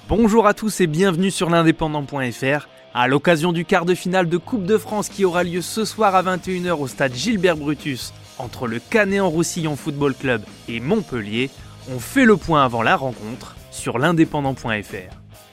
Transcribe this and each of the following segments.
Bonjour à tous et bienvenue sur l'Indépendant.fr. À l'occasion du quart de finale de Coupe de France qui aura lieu ce soir à 21h au stade Gilbert Brutus entre le Canet-en-Roussillon Football Club et Montpellier, on fait le point avant la rencontre sur l'Indépendant.fr.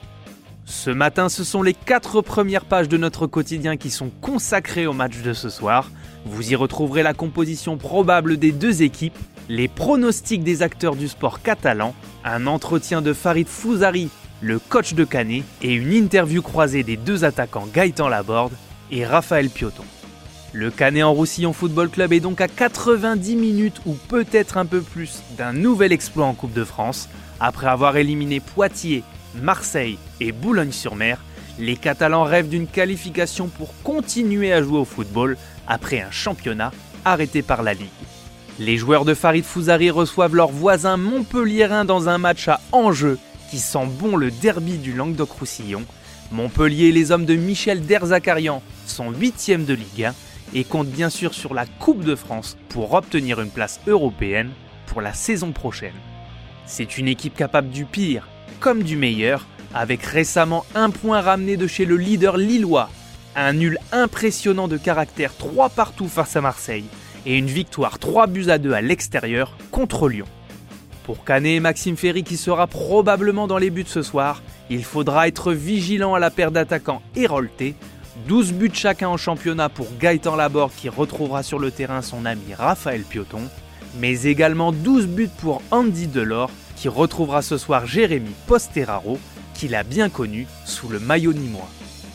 Ce matin, ce sont les 4 premières pages de notre quotidien qui sont consacrées au match de ce soir. Vous y retrouverez la composition probable des deux équipes, les pronostics des acteurs du sport catalan, un entretien de Farid Fouzari, le coach de Canet, et une interview croisée des deux attaquants Gaëtan Laborde et Raphaël Piauton. Le Canet-en-Roussillon Football Club est donc à 90 minutes ou peut-être un peu plus d'un nouvel exploit en Coupe de France. Après avoir éliminé Poitiers, Marseille et Boulogne-sur-Mer, les Catalans rêvent d'une qualification pour continuer à jouer au football après un championnat arrêté par la Ligue. Les joueurs de Farid Fouzari reçoivent leurs voisins montpelliérains dans un match à enjeu qui sent bon le derby du Languedoc-Roussillon. Montpellier et les hommes de Michel Derzakarian sont 8e de Ligue 1 et comptent bien sûr sur la Coupe de France pour obtenir une place européenne pour la saison prochaine. C'est une équipe capable du pire comme du meilleur, avec récemment un point ramené de chez le leader lillois, un nul impressionnant de caractère 3-3 face à Marseille et une victoire 3-2 à l'extérieur contre Lyon. Pour Canet et Maxime Ferry qui sera probablement dans les buts ce soir, il faudra être vigilant à la paire d'attaquants Hérolté, 12 buts chacun en championnat pour Gaëtan Laborde qui retrouvera sur le terrain son ami Raphaël Piauton, mais également 12 buts pour Andy Delors qui retrouvera ce soir Jérémy Posteraro qu'il a bien connu sous le maillot nîmois.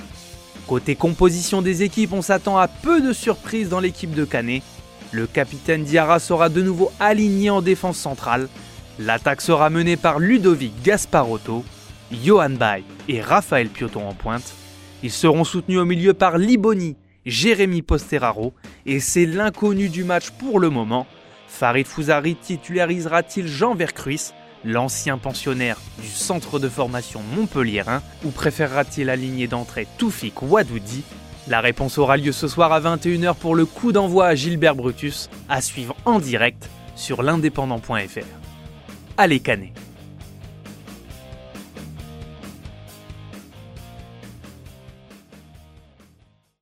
Côté composition des équipes, on s'attend à peu de surprises dans l'équipe de Canet. Le capitaine Diarra sera de nouveau aligné en défense centrale. L'attaque sera menée par Ludovic Gasparotto, Johan Bay et Raphaël Piauton en pointe. Ils seront soutenus au milieu par Liboni, Jérémy Posteraro et c'est l'inconnu du match pour le moment. Farid Fouzari titularisera-t-il Jean Vercruis, l'ancien pensionnaire du centre de formation montpelliérain, ou préférera-t-il aligner d'entrée Toufik Wadoudi? La réponse aura lieu ce soir à 21h pour le coup d'envoi à Gilbert Brutus, à suivre en direct sur l'Indépendant.fr. Allez Canet!